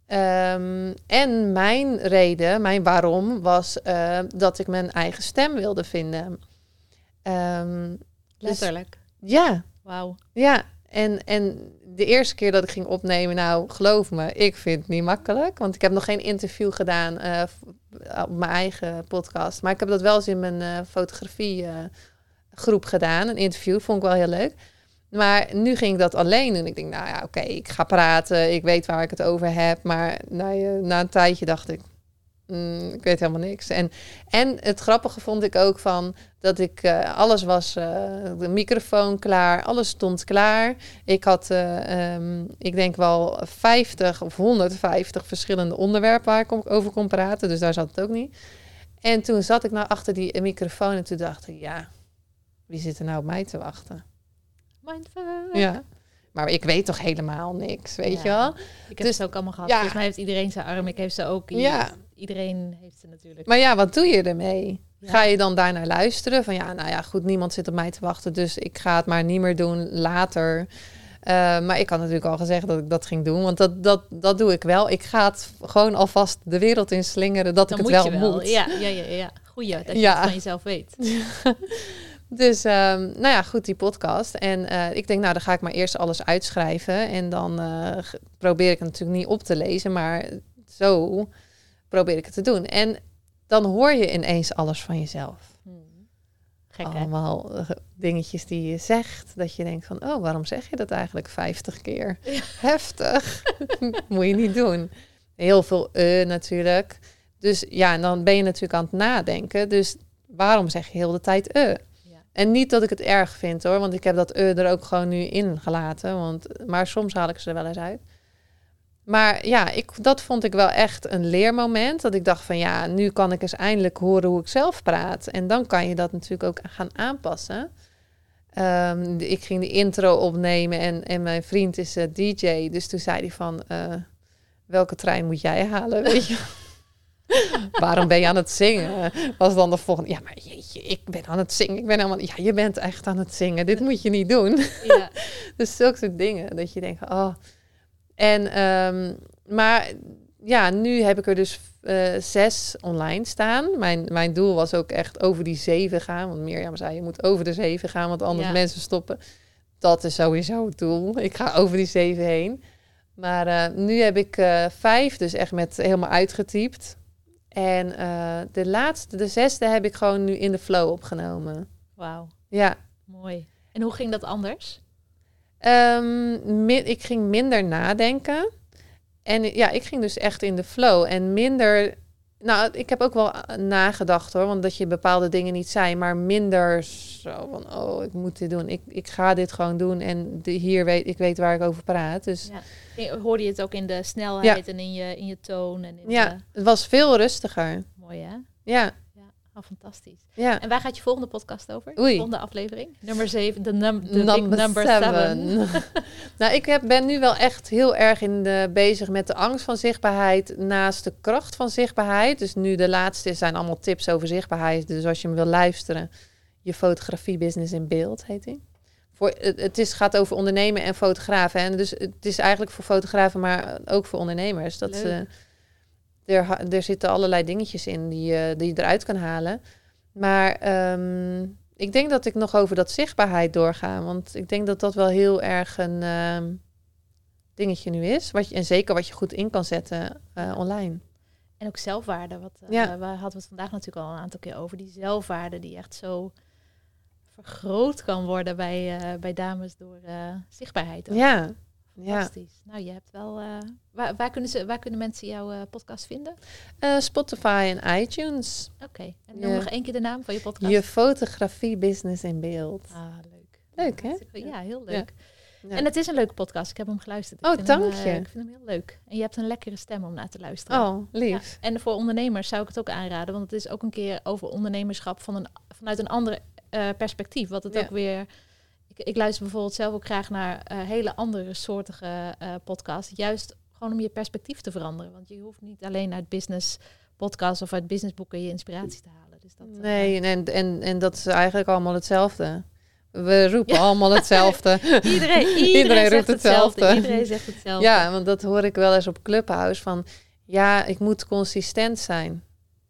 um, en mijn reden, mijn waarom, was uh, dat ik mijn eigen stem wilde vinden. Um, Letterlijk? Dus, ja. Wauw. Ja, en, en de eerste keer dat ik ging opnemen, nou, geloof me, ik vind het niet makkelijk. Want ik heb nog geen interview gedaan uh, op mijn eigen podcast. Maar ik heb dat wel eens in mijn uh, fotografie uh, groep gedaan. Een interview, vond ik wel heel leuk. Maar nu ging ik dat alleen doen. Ik denk, nou ja, oké, okay, ik ga praten. Ik weet waar ik het over heb. Maar nou, uh, na een tijdje dacht ik, mm, ik weet helemaal niks. En, en het grappige vond ik ook van dat ik, uh, alles was, uh, de microfoon klaar, alles stond klaar. Ik had, uh, um, ik denk wel vijftig of honderdvijftig verschillende onderwerpen waar ik over kon praten. Dus daar zat het ook niet. En toen zat ik nou achter die microfoon en toen dacht ik, ja, wie zit er nou op mij te wachten? Mindfuck. Ja. Maar ik weet toch helemaal niks, weet ja. je wel? Ik heb dus, ze ook allemaal gehad. Ja. Volgens mij heeft iedereen zijn arm. Ik heb ze ook. Ja. Iedereen heeft ze natuurlijk. Maar ja, wat doe je ermee? Ja. Ga je dan daarnaar luisteren? Van ja, nou ja, goed, niemand zit op mij te wachten, dus ik ga het maar niet meer doen later. Uh, maar ik had natuurlijk al gezegd dat ik dat ging doen, want dat, dat, dat doe ik wel. Ik ga het gewoon alvast de wereld in slingeren dat dan ik het wel, wel moet. Ja, ja, ja, ja. Goeie, dat je ja. het van jezelf weet. Dus, um, nou ja, goed, die podcast. En uh, ik denk, nou, dan ga ik maar eerst alles uitschrijven. En dan uh, probeer ik het natuurlijk niet op te lezen, maar zo probeer ik het te doen. En dan hoor je ineens alles van jezelf. Hmm. Gek, hè? Allemaal uh, dingetjes die je zegt, dat je denkt van, oh, waarom zeg je dat eigenlijk vijftig keer? Ja. Heftig. Moet je niet doen. Heel veel uh natuurlijk. Dus ja, en dan ben je natuurlijk aan het nadenken. Dus waarom zeg je heel de tijd uh? En niet dat ik het erg vind hoor, want ik heb dat uh er ook gewoon nu in gelaten. Want, maar soms haal ik ze er wel eens uit. Maar ja, ik, dat vond ik wel echt een leermoment. Dat ik dacht van ja, nu kan ik eens eindelijk horen hoe ik zelf praat. En dan kan je dat natuurlijk ook gaan aanpassen. Um, ik ging de intro opnemen en, en mijn vriend is uh, D J. Dus toen zei hij van, uh, welke trein moet jij halen, weet je? Waarom ben je aan het zingen? Was dan de volgende. Ja, maar jeetje, ik ben aan het zingen. Ik ben helemaal. Ja, je bent echt aan het zingen. Dit moet je niet doen. Ja. Dus zulke soort dingen. Dat je denkt, oh. En, um, maar ja, nu heb ik er dus uh, zes online staan. Mijn, mijn doel was ook echt over die zeven gaan. Want Mirjam zei, je moet over de zeven gaan, want anders ja. mensen stoppen. dat is sowieso het doel. Ik ga over die zeven heen. Maar uh, nu heb ik uh, vijf, dus echt met helemaal uitgetypt. En uh, de laatste, de zesde, heb ik gewoon nu in de flow opgenomen. Wauw. Ja. Mooi. En hoe ging dat anders? Um, mi- ik ging minder nadenken. En ja, ik ging dus echt in de flow. En minder... Nou, ik heb ook wel nagedacht hoor. Want dat je bepaalde dingen niet zei. Maar minder zo van... Oh, ik moet dit doen. Ik, ik ga dit gewoon doen. En de, hier weet ik weet waar ik over praat. Dus... Ja. Hoorde je het ook in de snelheid ja. en in je, in je toon? En in ja, de... het was veel rustiger. Mooi hè? Ja. Oh, fantastisch. Ja. En waar gaat je volgende podcast over? Oei. De volgende aflevering? Nummer zeven, de, num- de number, number seven. seven. Nou, ik heb, ben nu wel echt heel erg in de, bezig met de angst van zichtbaarheid naast de kracht van zichtbaarheid. Dus nu de laatste zijn allemaal tips over zichtbaarheid. Dus als je hem wil luisteren, je fotografie business in beeld heet hij. Voor, het het is, gaat over ondernemen en fotografen. En dus het is eigenlijk voor fotografen, maar ook voor ondernemers. Dat ze... Er, er zitten allerlei dingetjes in die, uh, die je eruit kan halen. Maar um, ik denk dat ik nog over dat zichtbaarheid doorga. Want ik denk dat dat wel heel erg een uh, dingetje nu is. Wat je, en zeker wat je goed in kan zetten uh, online. En ook zelfwaarde. Wat, uh, ja. Waar hadden we het vandaag natuurlijk al een aantal keer over. Die zelfwaarde die echt zo vergroot kan worden bij, uh, bij dames door uh, zichtbaarheid. Ook. Ja. Fantastisch. Ja. Nou, je hebt wel... Uh, waar, waar, kunnen ze, waar kunnen mensen jouw uh, podcast vinden? Uh, Spotify en iTunes. Oké. Okay. En noem je, nog één keer de naam van je podcast. Je fotografie business in beeld. Ah, leuk. Leuk, hè? Ja, heel leuk. Ja. En het is een leuke podcast. Ik heb hem geluisterd. Ik oh, vind dank hem, je. Uh, ik vind hem heel leuk. En je hebt een lekkere stem om naar te luisteren. Oh, lief. Ja. En voor ondernemers zou ik het ook aanraden. Want het is ook een keer over ondernemerschap van een, vanuit een ander uh, perspectief. Wat het ja. ook weer... Ik, ik luister bijvoorbeeld zelf ook graag naar uh, hele andere soortige uh, podcasts. Juist gewoon om je perspectief te veranderen. Want je hoeft niet alleen uit business podcasts of uit businessboeken je inspiratie te halen. Dus dat, uh, nee, en, en, en dat is eigenlijk allemaal hetzelfde. We roepen ja. allemaal hetzelfde. iedereen, iedereen, iedereen roept hetzelfde. hetzelfde. Iedereen zegt hetzelfde. Ja, want dat hoor ik wel eens op Clubhouse van... Ja, ik moet consistent zijn.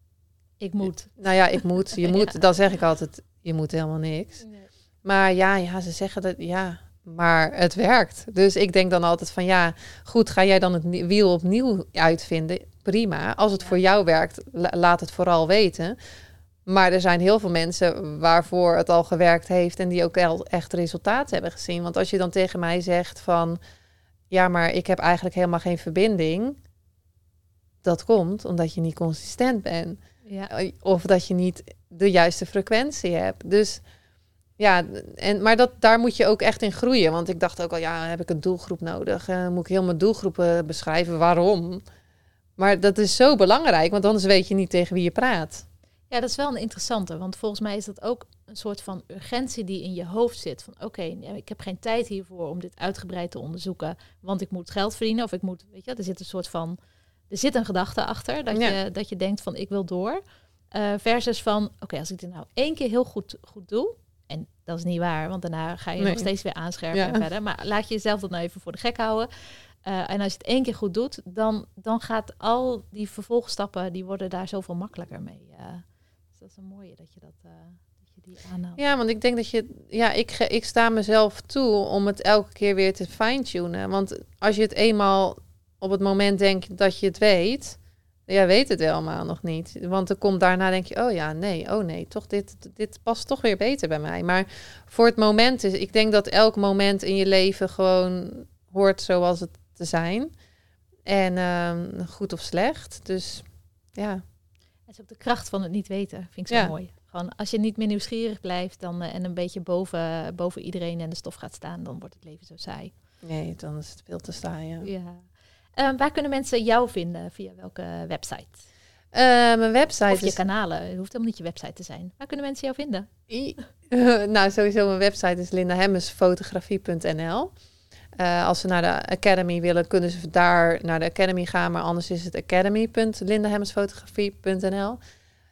Ik moet. Nou ja, ik moet. Je moet. Ja. Dan zeg ik altijd, je moet helemaal niks. Nee. Maar ja, ja, ze zeggen dat... Ja, maar het werkt. Dus ik denk dan altijd van... Ja, goed, ga jij dan het wiel opnieuw uitvinden? Prima. Als het ja. voor jou werkt, la- laat het vooral weten... Maar er zijn heel veel mensen waarvoor het al gewerkt heeft... en die ook echt resultaat hebben gezien. Want als je dan tegen mij zegt van... ja, maar ik heb eigenlijk helemaal geen verbinding... dat komt omdat je niet consistent bent. Ja. Of dat je niet de juiste frequentie hebt. Dus ja, en, maar dat, daar moet je ook echt in groeien. Want ik dacht ook al, ja, heb ik een doelgroep nodig? Uh, moet ik heel mijn doelgroepen beschrijven? Waarom? Maar dat is zo belangrijk, want anders weet je niet tegen wie je praat. Ja, dat is wel een interessante, want volgens mij is dat ook een soort van urgentie die in je hoofd zit. Van oké, okay, ja, ik heb geen tijd hiervoor om dit uitgebreid te onderzoeken, want ik moet geld verdienen of ik moet, weet je, er zit een soort van, er zit een gedachte achter dat, ja. je, dat je denkt van ik wil door. Uh, versus van oké, okay, als ik dit nou één keer heel goed, goed doe, en dat is niet waar, want daarna ga je nee. nog steeds weer aanscherpen ja. en verder. Maar laat je jezelf dat nou even voor de gek houden. Uh, en als je het één keer goed doet, dan, dan gaat al die vervolgstappen, die worden daar zoveel makkelijker mee. Uh, dus dat is een mooie dat je dat, uh, dat je die aanhaalt. Ja, want ik denk dat je, ja, ik, ik sta mezelf toe om het elke keer weer te fine-tunen. Want als je het eenmaal op het moment denkt dat je het weet, ja, weet het helemaal nog niet. Want er komt daarna denk je, oh ja, nee, oh nee, toch dit, dit past toch weer beter bij mij. Maar voor het moment is, ik denk dat elk moment in je leven gewoon hoort zoals het te zijn. En um, goed of slecht. Dus ja. Het is ook de kracht van het niet weten, vind ik zo ja. mooi. Gewoon als je niet meer nieuwsgierig blijft dan, uh, en een beetje boven, boven iedereen en de stof gaat staan, dan wordt het leven zo saai. Nee, dan is het veel te saai, ja. ja. Uh, waar kunnen mensen jou vinden? Via welke website? Uh, mijn website Of je is... kanalen. Het hoeft helemaal niet je website te zijn. Waar kunnen mensen jou vinden? I- uh, nou, sowieso mijn website is linda hemmens fotografie punt n l. Uh, als ze naar de Academy willen, kunnen ze daar naar de Academy gaan. Maar anders is het academy punt linda hemmens fotografie punt n l.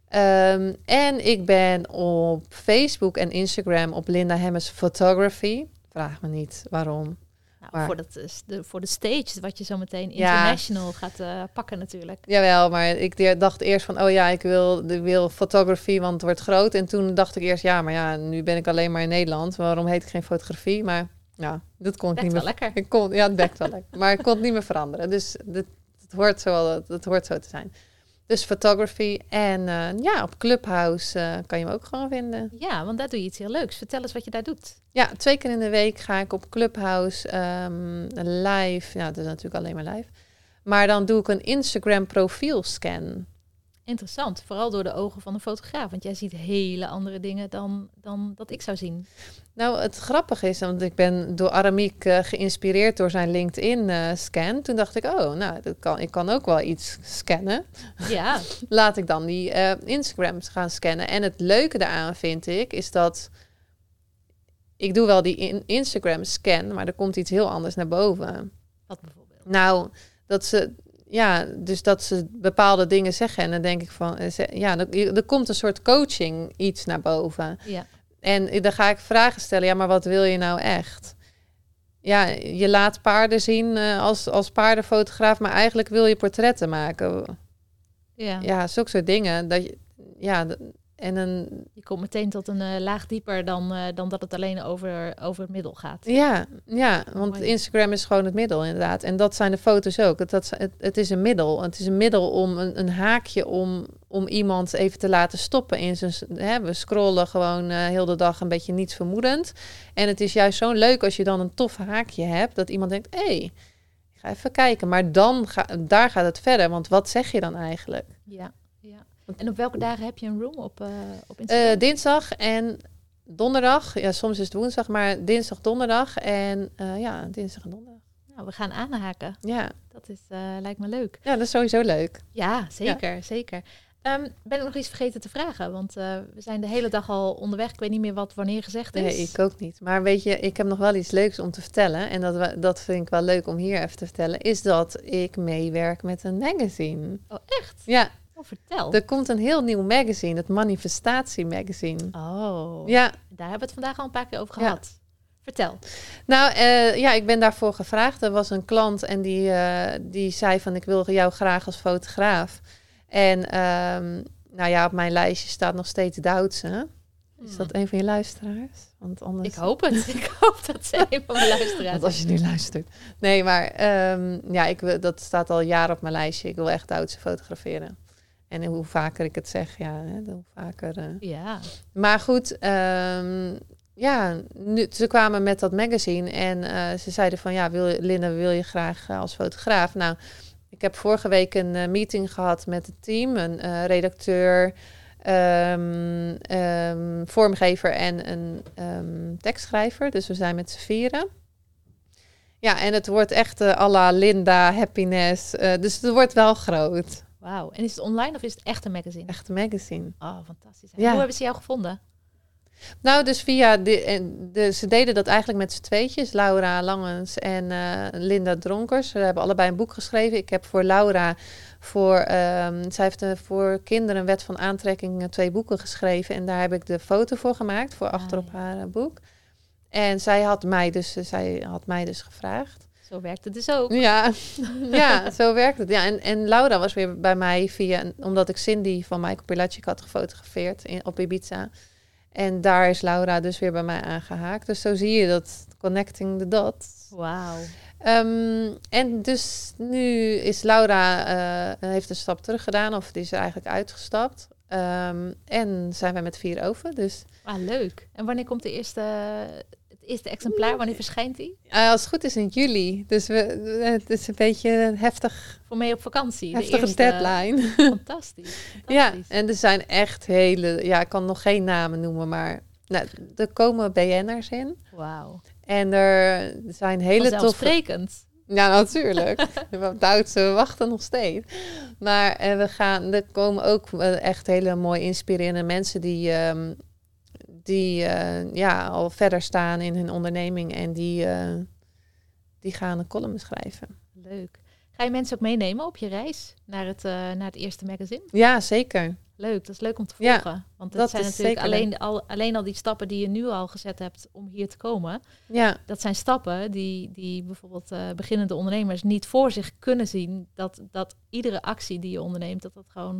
Um, en ik ben op Facebook en Instagram op Linda Hemmens Photography. Vraag me niet waarom. Nou, maar... voor, dat, de, voor de stage, wat je zo meteen international ja. gaat uh, pakken natuurlijk. Jawel, maar ik dacht eerst van, oh ja, ik wil, ik wil fotografie, want het wordt groot. En toen dacht ik eerst, ja, maar ja, nu ben ik alleen maar in Nederland. Waarom heet ik geen fotografie? Maar Ja, dat kon ik Bekt niet wel meer. lekker. Ik kon, ja, het bekt wel lekker. Maar ik kon het niet meer veranderen. Dus het, het, hoort zo, het hoort zo te zijn. Dus photography. En uh, ja, op Clubhouse uh, kan je me ook gewoon vinden. Ja, want daar doe je iets heel leuks. Vertel eens wat je daar doet. Ja, twee keer in de week ga ik op Clubhouse um, live. Ja, dat is natuurlijk alleen maar live. Maar dan doe ik een Instagram profielscan. Interessant, vooral door de ogen van een fotograaf. Want jij ziet hele andere dingen dan, dan dat ik zou zien. Nou, het grappige is, want ik ben door Aramiek uh, geïnspireerd door zijn LinkedIn-scan. Uh, Toen dacht ik, oh, nou, dat kan, ik kan ook wel iets scannen. Ja. Laat ik dan die uh, Instagrams gaan scannen. En het leuke daaraan vind ik, is dat ik doe wel die in Instagram-scan, maar er komt iets heel anders naar boven. Wat bijvoorbeeld? Nou, dat ze... Ja, dus dat ze bepaalde dingen zeggen. En dan denk ik van... Ja, er, er komt een soort coaching iets naar boven. Ja. En dan ga ik vragen stellen. Ja, maar wat wil je nou echt? Ja, je laat paarden zien uh, als, als paardenfotograaf... maar eigenlijk wil je portretten maken. Ja, Ja, zulke soort dingen. Dat je, ja, en een... Je komt meteen tot een uh, laag dieper dan, uh, dan dat het alleen over, over het middel gaat. Ja, ja, want Mooi. Instagram is gewoon het middel inderdaad. En dat zijn de foto's ook. Het, dat, het, het is een middel. Het is een middel om een, een haakje om, om iemand even te laten stoppen in zijn... Hè, we scrollen gewoon uh, heel de dag een beetje niets vermoedend. En het is juist zo leuk als je dan een tof haakje hebt... dat iemand denkt, hé, hey, ik ga even kijken. Maar dan ga, daar gaat het verder. Want wat zeg je dan eigenlijk? Ja, ja. En op welke dagen heb je een room op, uh, op Instagram? Uh, dinsdag en donderdag. Ja, soms is het woensdag, maar dinsdag, donderdag. En uh, ja, dinsdag en donderdag. Nou, we gaan aanhaken. Ja. Dat is, uh, lijkt me leuk. Ja, dat is sowieso leuk. Ja, zeker, ja. zeker. Um, ben ik nog iets vergeten te vragen? Want uh, we zijn de hele dag al onderweg. Ik weet niet meer wat wanneer gezegd is. Nee, ik ook niet. Maar weet je, ik heb nog wel iets leuks om te vertellen. En dat, we, dat vind ik wel leuk om hier even te vertellen. Is dat ik meewerk met een magazine. Oh, echt? Ja. Oh, vertel. Er komt een heel nieuw magazine, het Manifestatie Magazine. Oh, ja. Daar hebben we het vandaag al een paar keer over gehad. Ja. Vertel. Nou, uh, ja, ik ben daarvoor gevraagd. Er was een klant en die, uh, die zei van... ik wil jou graag als fotograaf. En um, nou ja, op mijn lijstje staat nog steeds Duitse. Is dat een van je luisteraars? Want anders... Ik hoop het. Ik hoop dat ze een van mijn luisteraars Want als je nu luistert. Nee, maar um, ja, ik, dat staat al jaren op mijn lijstje. Ik wil echt Duitse fotograferen. En hoe vaker ik het zeg, ja, hè, hoe vaker... Uh... Ja. Maar goed, um, ja, nu, ze kwamen met dat magazine en uh, ze zeiden van... ja, wil, Linda, wil je graag uh, als fotograaf? Nou, ik heb vorige week een uh, meeting gehad met het team. Een uh, redacteur, um, um, vormgever en een um, tekstschrijver. Dus we zijn met z'n vieren. Ja, en het wordt echt uh, à la Linda, happiness. Uh, dus het wordt wel groot. Wauw. En is het online of is het echt een magazine? Echt een magazine. Oh, fantastisch. Ja. Hoe hebben ze jou gevonden? Nou, dus via... De, de, ze deden dat eigenlijk met z'n tweetjes. Laura Langens en uh, Linda Dronkers. Ze hebben allebei een boek geschreven. Ik heb voor Laura... voor um, zij heeft uh, voor kinderen een wet van aantrekking... Uh, twee boeken geschreven. En daar heb ik de foto voor gemaakt. Voor achter op haar uh, boek. En zij had mij dus, uh, zij had mij dus gevraagd. Zo werkt het dus ook. Ja, ja, zo werkt het. Ja, en, en Laura was weer bij mij via... omdat ik Cindy van Michael Pilacic had gefotografeerd in, op Ibiza. En daar is Laura dus weer bij mij aangehaakt. Dus zo zie je dat, connecting the dots. Wauw. Um, en dus nu is Laura, uh, heeft een stap terug gedaan. Of die is er eigenlijk uitgestapt. Um, en zijn wij met vier over. Dus. Ah, leuk. En wanneer komt de eerste... Het eerste exemplaar, wanneer verschijnt die? Uh, als het goed is in juli. Dus we, het is een beetje heftig. Voor mee op vakantie. Heftige de eerste... deadline. Fantastisch. Fantastisch. Ja, en er zijn echt hele... Ja, ik kan nog geen namen noemen, maar... Nou, er komen B N'ers in. Wauw. En er zijn hele toffe... Vanzelfsprekend. Ja, natuurlijk. De Duitse wachten nog steeds. Maar en we gaan, er komen ook echt hele mooi inspirerende mensen die... Um, die uh, ja, al verder staan in hun onderneming en die, uh, die gaan een column schrijven. Leuk. Ga je mensen ook meenemen op je reis naar het, uh, naar het eerste magazine? Ja, zeker. Leuk, dat is leuk om te volgen. Ja, want het zijn natuurlijk zeker alleen al, alleen al die stappen die je nu al gezet hebt om hier te komen. Ja. Dat zijn stappen die, die bijvoorbeeld uh, beginnende ondernemers niet voor zich kunnen zien. Dat, dat iedere actie die je onderneemt, dat dat gewoon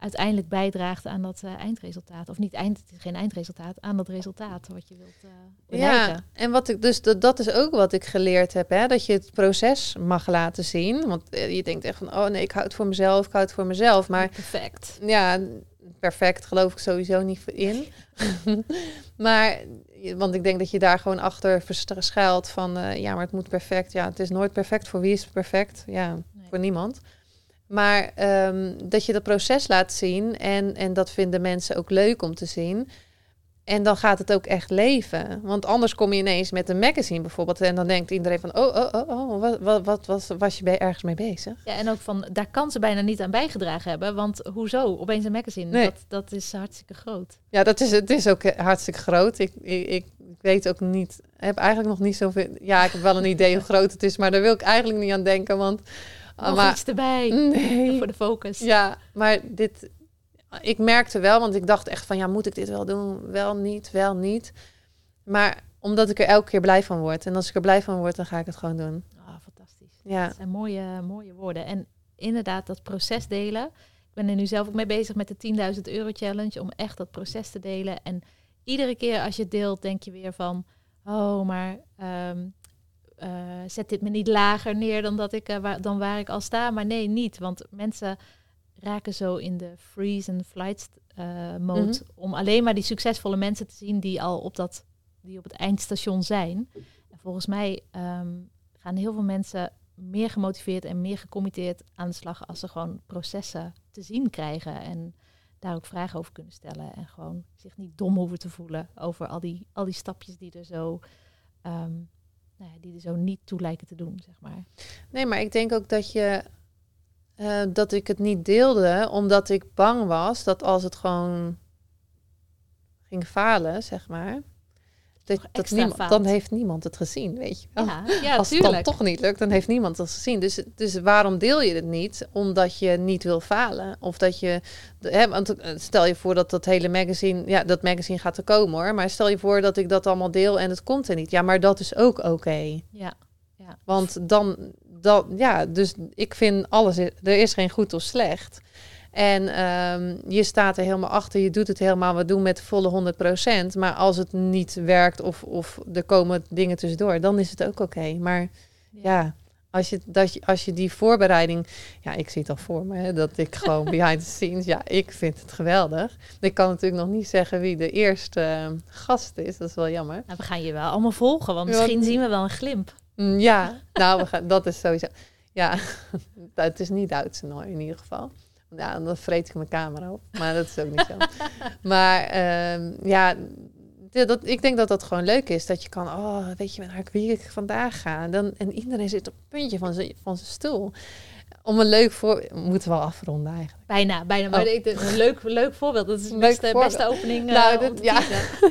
uiteindelijk bijdraagt aan dat uh, eindresultaat. Of niet eind, geen eindresultaat, aan dat resultaat wat je wilt uh, bereiken. Ja, en wat ik dus dat, dat is ook wat ik geleerd heb, hè, dat je het proces mag laten zien. Want uh, je denkt echt van, oh nee, ik hou het voor mezelf, ik hou het voor mezelf. Maar perfect. Ja, perfect geloof ik sowieso niet in. Maar, want ik denk dat je daar gewoon achter verschuilt van, uh, ja, maar het moet perfect. Ja, het is nooit perfect. Voor wie is het perfect? Ja, nee. Voor niemand. Maar um, dat je dat proces laat zien en, en dat vinden mensen ook leuk om te zien. En dan gaat het ook echt leven. Want anders kom je ineens met een magazine bijvoorbeeld en dan denkt iedereen van, oh, oh, oh, oh wat, wat, wat was, was je bij ergens mee bezig? Ja, en ook van, daar kan ze bijna niet aan bijgedragen hebben, want hoezo? Opeens een magazine, nee. dat, dat is hartstikke groot. Ja, dat is, het is ook hartstikke groot. Ik, ik, ik weet ook niet, heb eigenlijk nog niet zoveel, ja, ik heb wel een idee hoe groot het is, maar daar wil ik eigenlijk niet aan denken, want Nog maar, iets erbij, nee. voor de focus. Ja, maar dit, ik merkte wel, want ik dacht echt van, ja, moet ik dit wel doen? Wel niet, wel niet. Maar omdat ik er elke keer blij van word. En als ik er blij van word, dan ga ik het gewoon doen. Oh, fantastisch. Ja. Dat zijn mooie, mooie woorden. En inderdaad, dat proces delen. Ik ben er nu zelf ook mee bezig met de tienduizend euro challenge, om echt dat proces te delen. En iedere keer als je het deelt, denk je weer van, oh, maar Um, Uh, zet dit me niet lager neer dan, dat ik, uh, waar, dan waar ik al sta. Maar nee, niet. Want mensen raken zo in de freeze and flight uh, mode. Mm-hmm. Om alleen maar die succesvolle mensen te zien die al op, dat, die op het eindstation zijn. En volgens mij um, gaan heel veel mensen meer gemotiveerd en meer gecommitteerd aan de slag als ze gewoon processen te zien krijgen. En daar ook vragen over kunnen stellen. En gewoon zich niet dom hoeven te voelen over al die, al die stapjes die er zo... Um, Nou ja, die er zo niet toe lijken te doen, zeg maar. Nee, maar ik denk ook dat je uh, dat ik het niet deelde, omdat ik bang was dat als het gewoon ging falen, zeg maar, dat, dat niemand, dan heeft niemand het gezien, weet je wel. Ja, ja, als tuurlijk. het dan toch niet lukt, dan heeft niemand het gezien. Dus, dus waarom deel je het niet? Omdat je niet wil falen. Of dat je, hè, want stel je voor dat dat hele magazine, ja, dat magazine gaat er komen hoor. Maar stel je voor dat ik dat allemaal deel en het komt er niet. Ja, maar dat is ook oké. Okay. Ja, ja. Want dan, dan, ja, dus ik vind alles, er is geen goed of slecht. En um, je staat er helemaal achter, je doet het helemaal, we doen met volle honderd procent. Maar als het niet werkt of, of er komen dingen tussendoor, dan is het ook oké. Okay. Maar ja, ja als, je, dat je, als je die voorbereiding... Ja, ik zie het al voor me, hè, dat ik gewoon behind the scenes... Ja, ik vind het geweldig. Ik kan natuurlijk nog niet zeggen wie de eerste uh, gast is. Dat is wel jammer. Nou, we gaan je wel allemaal volgen, want misschien ja, zien we wel een glimp. Ja, nou, we gaan, dat is sowieso... Ja, het is niet Duitse in ieder geval. Ja, dan vreet ik mijn camera op. Maar dat is ook niet zo. Maar um, ja, dat, ik denk dat dat gewoon leuk is. Dat je kan, oh, weet je naar wie ik vandaag ga. Dan, en iedereen zit op het puntje van zijn van zijn stoel. Om een leuk voor... We moeten wel afronden eigenlijk. Bijna, bijna. Maar oh. een leuk, leuk voorbeeld. Dat is de beste, beste opening uh, nou, dit, ja.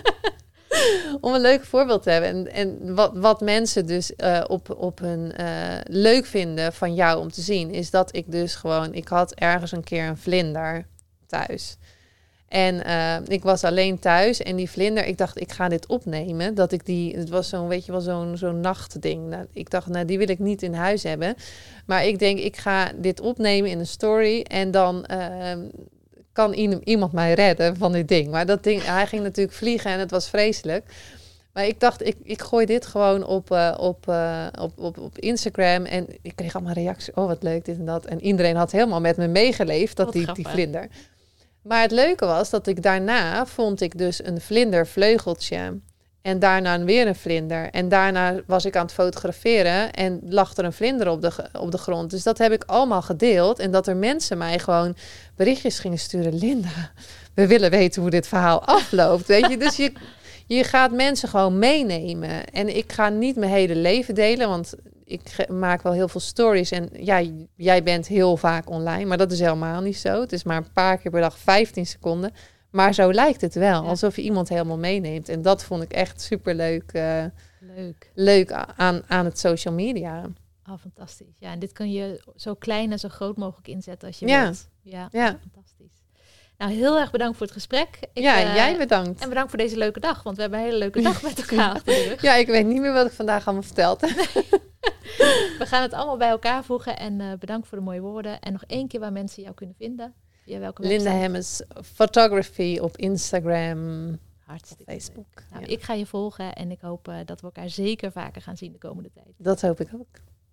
Om een leuk voorbeeld te hebben. En, en wat, wat mensen dus uh, op, op hun uh, leuk vinden van jou om te zien... is dat ik dus gewoon... Ik had ergens een keer een vlinder thuis. En uh, ik was alleen thuis. En die vlinder, ik dacht, ik ga dit opnemen. Dat ik die... Het was zo'n, weet je wel, zo'n, zo'n nachtding. Nou, ik dacht, nou, die wil ik niet in huis hebben. Maar ik denk, ik ga dit opnemen in een story. En dan... Uh, kan iemand mij redden van dit ding. Maar dat ding, hij ging natuurlijk vliegen en het was vreselijk. Maar ik dacht, ik, ik gooi dit gewoon op, uh, op, uh, op, op, op Instagram. En ik kreeg allemaal reacties. Oh, wat leuk, dit en dat. En iedereen had helemaal met me meegeleefd, dat die, die vlinder. Maar het leuke was dat ik daarna vond ik dus een vlindervleugeltje. En daarna weer een vlinder. En daarna was ik aan het fotograferen en lag er een vlinder op de, op de grond. Dus dat heb ik allemaal gedeeld. En dat er mensen mij gewoon berichtjes gingen sturen. Linda, we willen weten hoe dit verhaal afloopt. Weet je, dus je, je gaat mensen gewoon meenemen. En ik ga niet mijn hele leven delen, want ik maak wel heel veel stories. En ja, jij bent heel vaak online, maar dat is helemaal niet zo. Het is maar een paar keer per dag, vijftien seconden. Maar zo lijkt het wel, ja. Alsof je iemand helemaal meeneemt. En dat vond ik echt superleuk uh, leuk. leuk aan, aan het social media. Oh, fantastisch. Ja, en dit kun je zo klein en zo groot mogelijk inzetten als je ja. wilt. Ja, ja, fantastisch. Nou, heel erg bedankt voor het gesprek. Ik, ja, uh, jij bedankt. En bedankt voor deze leuke dag, want we hebben een hele leuke dag met elkaar achter de rug. Ja, ik weet niet meer wat ik vandaag allemaal verteld heb. We gaan het allemaal bij elkaar voegen en uh, bedankt voor de mooie woorden. En nog één keer waar mensen jou kunnen vinden. Ja, welke Linda website? Hemmens Photography op Instagram, Hartstikke Facebook. leuk. Nou, Ja. ik ga je volgen en ik hoop uh, dat we elkaar zeker vaker gaan zien de komende tijd. Dat hoop ik ook.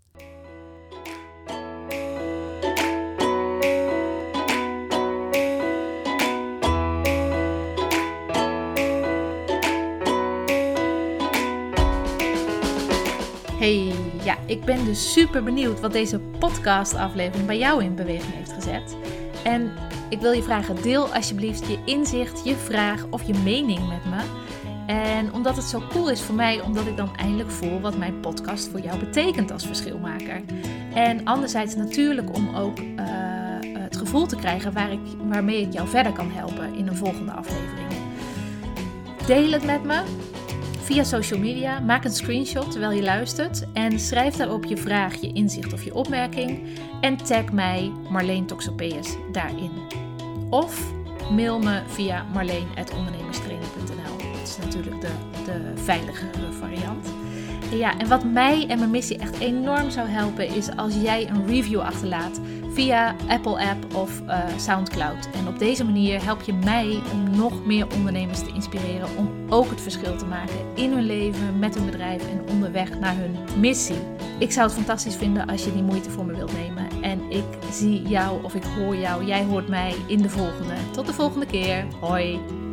Hey, ja, ik ben dus super benieuwd wat deze podcastaflevering bij jou in beweging heeft gezet. En ik wil je vragen, deel alsjeblieft je inzicht, je vraag of je mening met me. En omdat het zo cool is voor mij, omdat ik dan eindelijk voel wat mijn podcast voor jou betekent als verschilmaker. En anderzijds natuurlijk om ook uh, het gevoel te krijgen waar ik, waarmee ik jou verder kan helpen in een volgende aflevering. Deel het met me via social media. Maak een screenshot terwijl je luistert en schrijf daarop je vraag, je inzicht of je opmerking. En tag mij, Marleen Toxopeus, daarin. Of mail me via marleen at ondernemerstraining punt n l. Dat is natuurlijk de, de veiligere variant. En ja, en wat mij en mijn missie echt enorm zou helpen is als jij een review achterlaat via Apple App of uh, Soundcloud. En op deze manier help je mij om nog meer ondernemers te inspireren om ook het verschil te maken in hun leven, met hun bedrijf en onderweg naar hun missie. Ik zou het fantastisch vinden als je die moeite voor me wilt nemen. En ik zie jou of ik hoor jou, jij hoort mij in de volgende. Tot de volgende keer. Hoi!